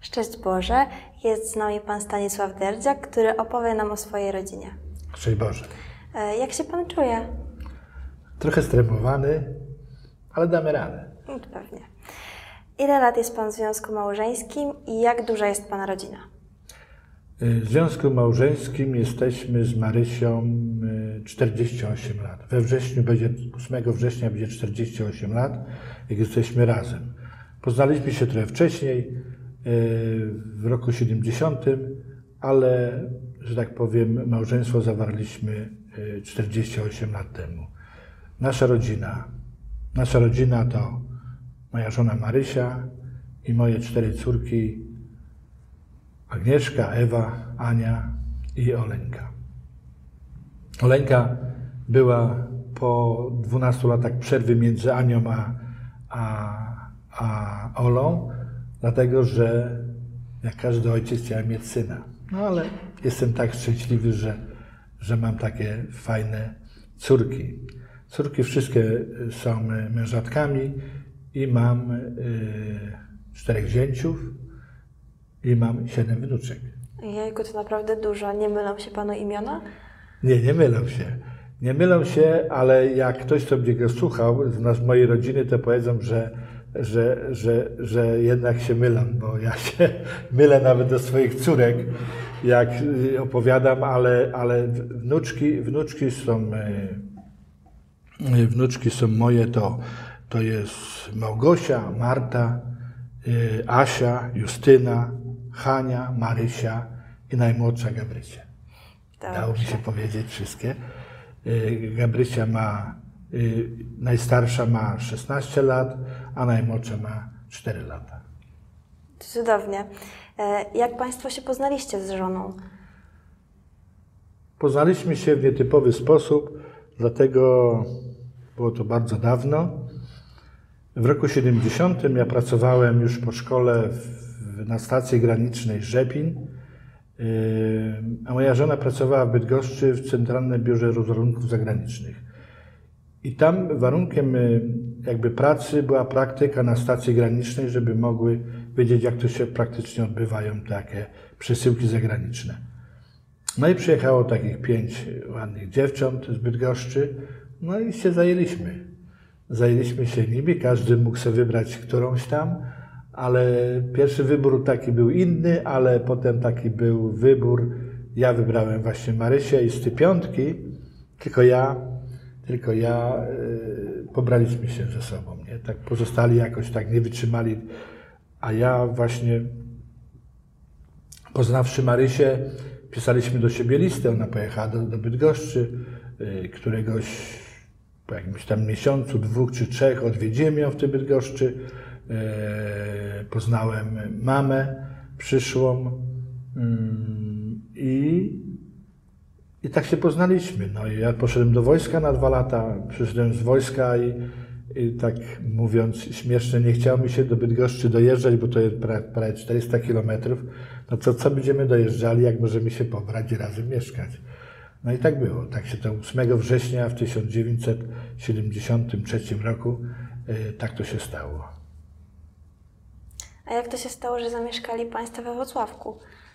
Szczęść Boże, jest z nami Pan Stanisław Derdziak, który opowie nam o swojej rodzinie. Szczęść Boże. Jak się Pan czuje? Trochę stremowany, ale damy radę. Pewnie. Ile lat jest Pan w związku małżeńskim i jak duża jest Pana rodzina? W związku małżeńskim jesteśmy z Marysią 48 lat. We wrześniu będzie, 8 września będzie 48 lat, jak jesteśmy razem. Poznaliśmy się trochę wcześniej, w roku 70, ale, że tak powiem, małżeństwo zawarliśmy 48 lat temu. Nasza rodzina to moja żona Marysia i moje 4 córki Agnieszka, Ewa, Ania i Oleńka. Oleńka była po 12 latach przerwy między Anią a Olą, dlatego że jak każdy ojciec chciałem mieć syna. No ale jestem tak szczęśliwy, że mam takie fajne córki. Córki wszystkie są mężatkami i mam 4 zięciów i mam 7 wnuczek. Jejku, to naprawdę dużo. Nie mylą się Panu imiona? Nie mylą się. Nie mylą się, ale jak ktoś, kto będzie go słuchał z mojej rodziny, to powiedzą, że jednak się mylą, bo ja się mylę nawet do swoich córek, jak opowiadam, ale wnuczki są moje, to jest Małgosia, Marta, Asia, Justyna, Hania, Marysia i najmłodsza Gabrysia. Dało mi się powiedzieć wszystkie. Gabrysia najstarsza ma 16 lat, a najmłodsza ma 4 lata. Cudownie. Jak Państwo się poznaliście z żoną? Poznaliśmy się w nietypowy sposób, dlatego było to bardzo dawno. W roku 70 ja pracowałem już po szkole na stacji granicznej Rzepin, a moja żona pracowała w Bydgoszczy w Centralnym Biurze Rozrachunków Zagranicznych. I tam warunkiem jakby pracy była praktyka na stacji granicznej, żeby mogły wiedzieć, jak to się praktycznie odbywają takie przesyłki zagraniczne. No i przyjechało takich 5 ładnych dziewcząt z Bydgoszczy, no i się zajęliśmy. Zajęliśmy się nimi, każdy mógł sobie wybrać którąś tam, ale pierwszy wybór taki był inny, ale potem taki był wybór, ja wybrałem właśnie Marysię i z tej 5, tylko ja pobraliśmy się ze sobą, nie? Tak pozostali jakoś tak nie wytrzymali, a ja właśnie poznawszy Marysię, pisaliśmy do siebie listę, ona pojechała do Bydgoszczy, któregoś po jakimś tam miesiącu, 2 czy 3 odwiedziłem ją w tej Bydgoszczy, poznałem mamę przyszłą i tak się poznaliśmy. No i ja poszedłem do wojska na 2 lata, przyszedłem z wojska i tak mówiąc śmiesznie, nie chciało mi się do Bydgoszczy dojeżdżać, bo to jest prawie 400 kilometrów. No to co będziemy dojeżdżali, jak możemy się pobrać i razem mieszkać. No i tak było. Tak się to 8 września w 1973 roku tak to się stało. A jak to się stało, że zamieszkali Państwo we Włocławku?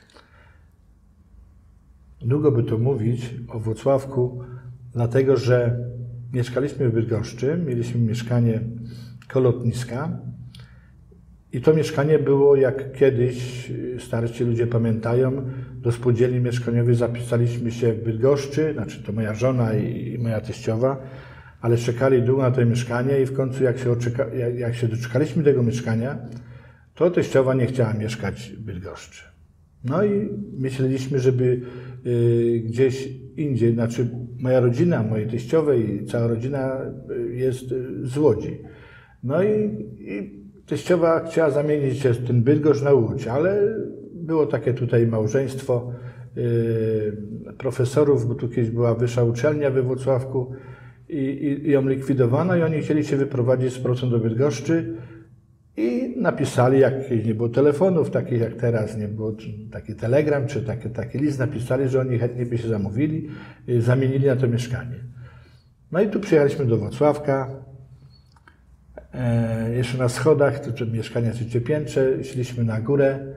Długo by to mówić o Włocławku, dlatego że mieszkaliśmy w Bydgoszczy, mieliśmy mieszkanie koło lotniska i to mieszkanie było, jak kiedyś starsi ludzie pamiętają, do spółdzielni mieszkaniowej zapisaliśmy się w Bydgoszczy, znaczy to moja żona i moja teściowa, ale czekali długo na to mieszkanie i w końcu jak się doczekaliśmy tego mieszkania, to teściowa nie chciała mieszkać w Bydgoszczy. No i myśleliśmy, żeby gdzieś indziej, znaczy moja rodzina, mojej teściowej, cała rodzina jest z Łodzi. No i teściowa chciała zamienić się ten Bydgoszcz na Łódź, ale było takie tutaj małżeństwo profesorów, bo tu kiedyś była wyższa uczelnia we Włocławku i ją likwidowano i oni chcieli się wyprowadzić z powrotem do Bydgoszczy. I napisali, jak nie było telefonów takich jak teraz, nie było taki telegram czy taki list, napisali, że oni chętnie by się zamienili na to mieszkanie. No i tu przyjechaliśmy do Włocławka, jeszcze na schodach, to mieszkanie 3. piętrze, szliśmy na górę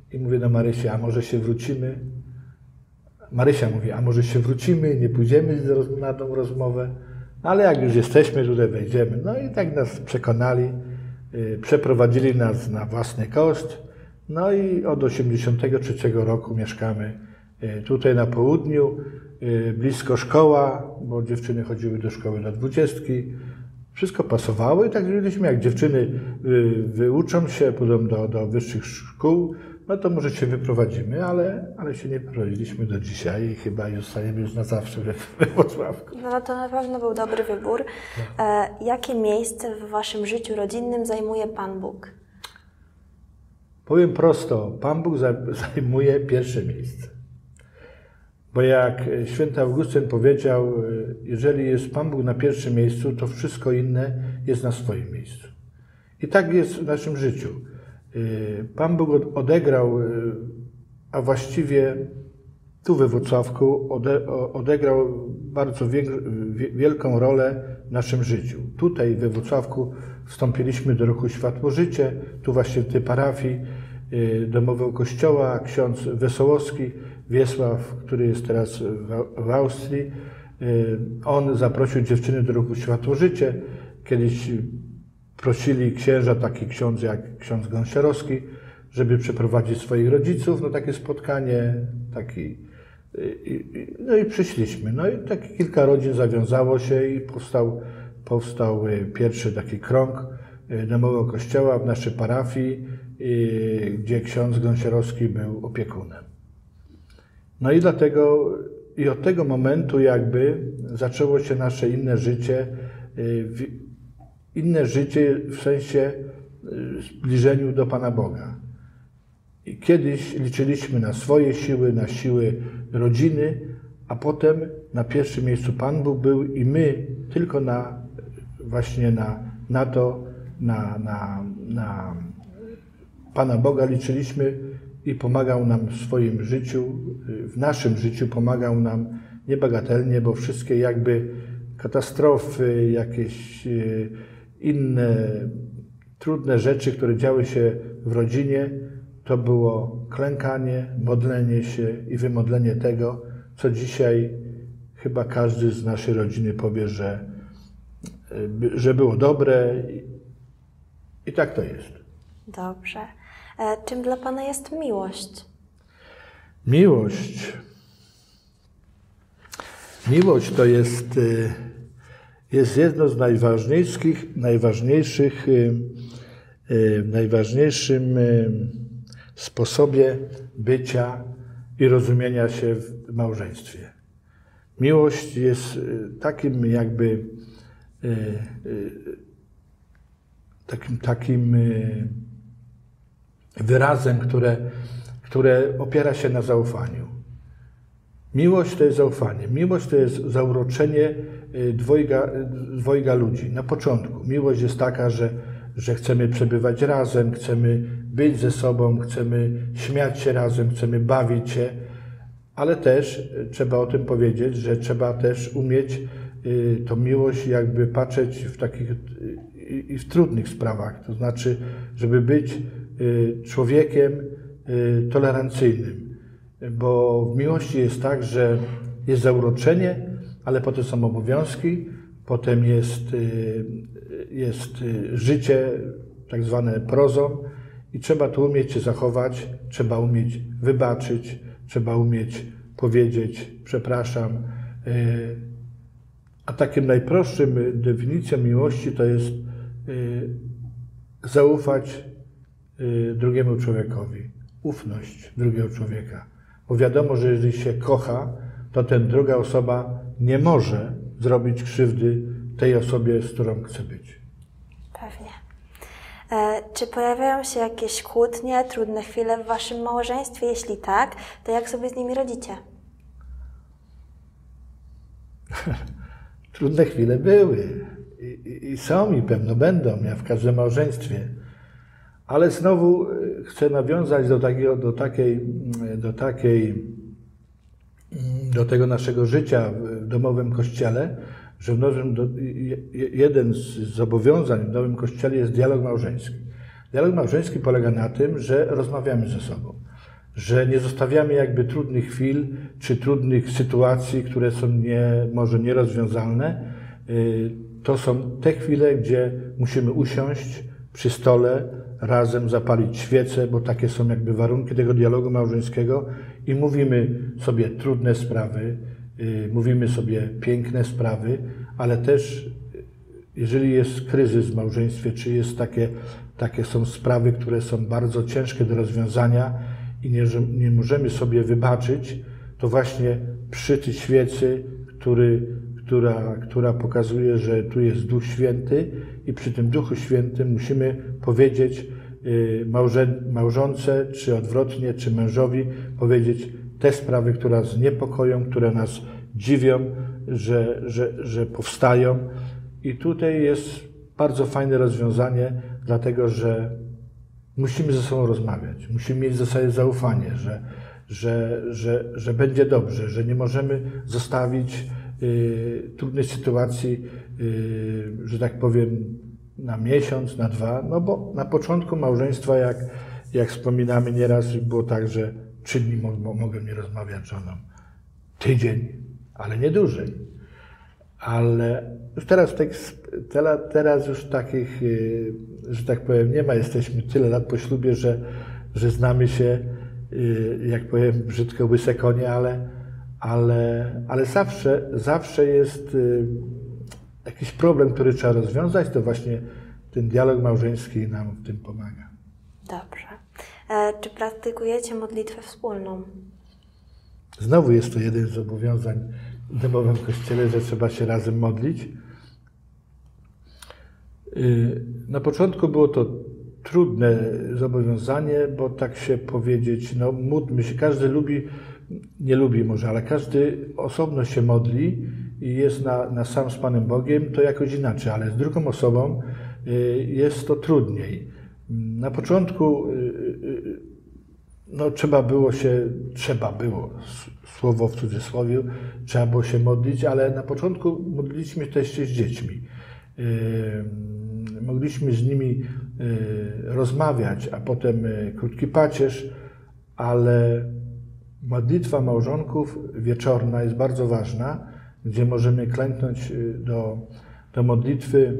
I mówię do Marysi, a może się wrócimy? Marysia mówi, a może się wrócimy, nie pójdziemy na tą rozmowę? Ale jak już jesteśmy, tutaj wejdziemy. No i tak nas przekonali, przeprowadzili nas na własny koszt. No i od 1983 roku mieszkamy tutaj na południu, blisko szkoła, bo dziewczyny chodziły do szkoły do 20. Wszystko pasowało i tak żyliśmy, jak dziewczyny wyuczą się, pójdą do wyższych szkół, no to może się wyprowadzimy, ale się nie wyprowadziliśmy do dzisiaj i chyba zostaniemy już na zawsze we Włocławku. No to na pewno był dobry wybór. Jakie miejsce w waszym życiu rodzinnym zajmuje Pan Bóg? Powiem prosto, Pan Bóg zajmuje pierwsze miejsce. Bo jak święty Augustyn powiedział, jeżeli jest Pan Bóg na pierwszym miejscu, to wszystko inne jest na swoim miejscu. I tak jest w naszym życiu. Pan Bóg odegrał, a właściwie tu we Włocławku odegrał bardzo wielką rolę w naszym życiu. Tutaj we Włocławku wstąpiliśmy do ruchu Światło Życie, tu właśnie w tej parafii domowego kościoła, ksiądz Wesołowski, Wiesław, który jest teraz w Austrii, on zaprosił dziewczyny do ruchu Światło Życie. Kiedyś prosili księża, taki ksiądz jak ksiądz Gąsiorowski, żeby przeprowadzić swoich rodziców, no takie spotkanie, no i przyszliśmy. No i tak kilka rodzin zawiązało się i powstał pierwszy taki krąg domowego kościoła w naszej parafii, gdzie ksiądz Gąsiorowski był opiekunem. No i dlatego, i od tego momentu jakby zaczęło się nasze inne życie w sensie zbliżeniu do Pana Boga. I kiedyś liczyliśmy na swoje siły, na siły rodziny, a potem na pierwszym miejscu Pan Bóg był i my tylko na Pana Boga liczyliśmy i pomagał nam w swoim życiu, w naszym życiu pomagał nam niebagatelnie, bo wszystkie jakby katastrofy, jakieś inne trudne rzeczy, które działy się w rodzinie, to było klękanie, modlenie się i wymodlenie tego, co dzisiaj chyba każdy z naszej rodziny powie, że było dobre i tak to jest. Dobrze. Czym dla Pana jest miłość? Miłość to jest jedno z najważniejszym sposobie bycia i rozumienia się w małżeństwie. Miłość jest takim jakby takim wyrazem, które opiera się na zaufaniu. Miłość to jest zaufanie. Miłość to jest zauroczenie dwojga ludzi. Na początku miłość jest taka, że chcemy przebywać razem, chcemy być ze sobą, chcemy śmiać się razem, chcemy bawić się, ale też trzeba o tym powiedzieć, że trzeba też umieć tą miłość jakby patrzeć w takich i w trudnych sprawach. To znaczy, żeby być człowiekiem tolerancyjnym. Bo w miłości jest tak, że jest zauroczenie, ale potem są obowiązki, potem jest życie tak zwane prozą i trzeba tu umieć się zachować, trzeba umieć wybaczyć, trzeba umieć powiedzieć przepraszam. A takim najprostszym definicją miłości to jest zaufać drugiemu człowiekowi, ufność drugiego człowieka. Bo wiadomo, że jeżeli się kocha, to ten druga osoba nie może zrobić krzywdy tej osobie, z którą chce być. Pewnie. Czy pojawiają się jakieś kłótnie, trudne chwile w waszym małżeństwie? Jeśli tak, to jak sobie z nimi radzicie? Trudne chwile były i są i pewno będą, jak w każdym małżeństwie. Ale znowu chcę nawiązać do tego naszego życia w domowym kościele, że jeden z zobowiązań w nowym kościele jest dialog małżeński. Dialog małżeński polega na tym, że rozmawiamy ze sobą. że nie zostawiamy jakby trudnych chwil czy trudnych sytuacji, które są może nierozwiązalne. To są te chwile, gdzie musimy usiąść przy stole, razem zapalić świecę, bo takie są jakby warunki tego dialogu małżeńskiego i mówimy sobie trudne sprawy, mówimy sobie piękne sprawy, ale też jeżeli jest kryzys w małżeństwie, czy jest takie są sprawy, które są bardzo ciężkie do rozwiązania i nie możemy sobie wybaczyć, to właśnie przy tej świecy, która pokazuje, że tu jest Duch Święty i przy tym Duchu Świętym musimy powiedzieć małżonce, czy odwrotnie, czy mężowi, powiedzieć te sprawy, które nas niepokoją, które nas dziwią, że powstają. I tutaj jest bardzo fajne rozwiązanie, dlatego że musimy ze sobą rozmawiać, musimy mieć ze sobą zaufanie, że będzie dobrze, że nie możemy zostawić trudnej sytuacji, że tak powiem, na miesiąc, na 2, no bo na początku małżeństwa, jak wspominamy nieraz, było tak, że 3 dni mogłem nie rozmawiać z żoną, tydzień, ale nie dłużej. Ale już teraz już takich, że tak powiem, nie ma. Jesteśmy tyle lat po ślubie, że znamy się, jak powiem brzydko, łyse konie, ale zawsze jest jakiś problem, który trzeba rozwiązać, to właśnie ten dialog małżeński nam w tym pomaga. Dobrze. Czy praktykujecie modlitwę wspólną? Znowu jest to jeden z zobowiązań w domowym kościele, że trzeba się razem modlić. Na początku było to trudne zobowiązanie, bo tak się powiedzieć, no módlmy się, każdy nie lubi może, ale każdy osobno się modli i jest na sam z Panem Bogiem, to jakoś inaczej, ale z drugą osobą jest to trudniej. Na początku no, trzeba było, słowo w cudzysłowie, trzeba było się modlić, ale na początku modliliśmy też się z dziećmi. Mogliśmy z nimi rozmawiać, a potem krótki pacierz, ale modlitwa małżonków wieczorna jest bardzo ważna, gdzie możemy klęknąć do modlitwy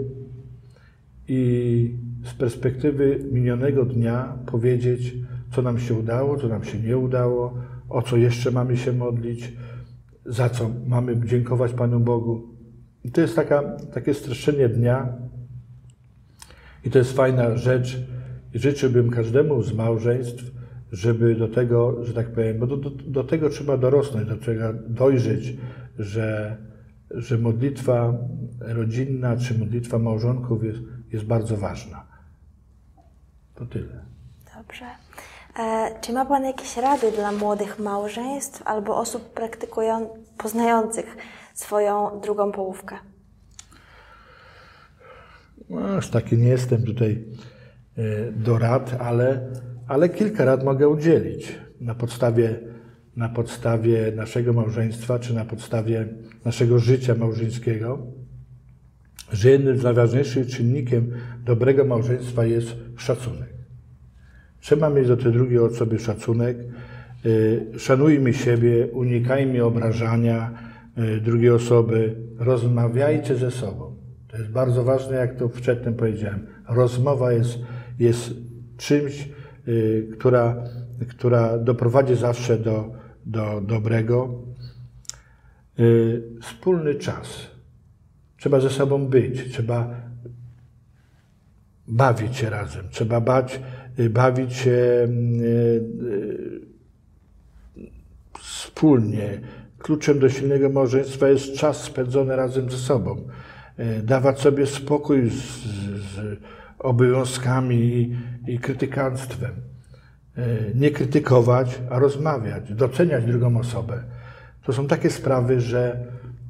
i z perspektywy minionego dnia powiedzieć, co nam się udało, co nam się nie udało, o co jeszcze mamy się modlić, za co mamy dziękować Panu Bogu. I to jest takie streszczenie dnia i to jest fajna rzecz. I życzyłbym każdemu z małżeństw, żeby do tego, że tak powiem, bo do tego trzeba dorosnąć, do tego dojrzeć, że modlitwa rodzinna czy modlitwa małżonków jest bardzo ważna. To tyle. Dobrze. Czy ma Pan jakieś rady dla młodych małżeństw albo osób poznających swoją drugą połówkę? No, aż taki nie jestem tutaj do rad, ale kilka rad mogę udzielić na podstawie naszego małżeństwa, czy na podstawie naszego życia małżeńskiego, że jednym z najważniejszych czynnikiem dobrego małżeństwa jest szacunek. Trzeba mieć do tej drugiej osoby szacunek, szanujmy siebie, unikajmy obrażania drugiej osoby, rozmawiajcie ze sobą. To jest bardzo ważne, jak to przedtem powiedziałem. Rozmowa jest czymś, która doprowadzi zawsze do dobrego. Wspólny czas. Trzeba ze sobą być, trzeba bawić się razem, trzeba bawić się wspólnie. Kluczem do silnego małżeństwa jest czas spędzony razem ze sobą. Dawać sobie spokój z obowiązkami i krytykanstwem. Nie krytykować, a rozmawiać, doceniać drugą osobę. To są takie sprawy, że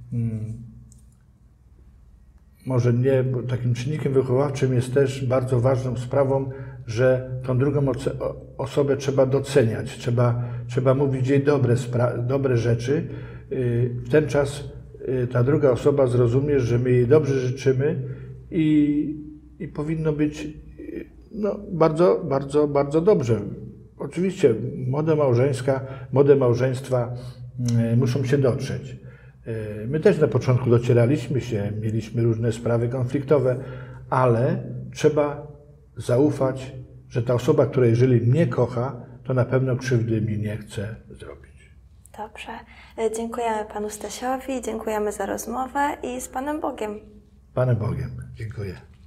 może nie, bo takim czynnikiem wychowawczym jest też bardzo ważną sprawą, że tą drugą osobę trzeba doceniać, trzeba mówić jej dobre rzeczy. W ten czas ta druga osoba zrozumie, że my jej dobrze życzymy i powinno być no, bardzo, bardzo, bardzo dobrze oczywiście młode małżeństwa muszą się dotrzeć. My też na początku docieraliśmy się, mieliśmy różne sprawy konfliktowe, ale trzeba zaufać, że ta osoba, która jeżeli mnie kocha, to na pewno krzywdy mi nie chce zrobić. Dobrze. Dziękujemy panu Stasiowi, dziękujemy za rozmowę i z Panem Bogiem. Panem Bogiem. Dziękuję.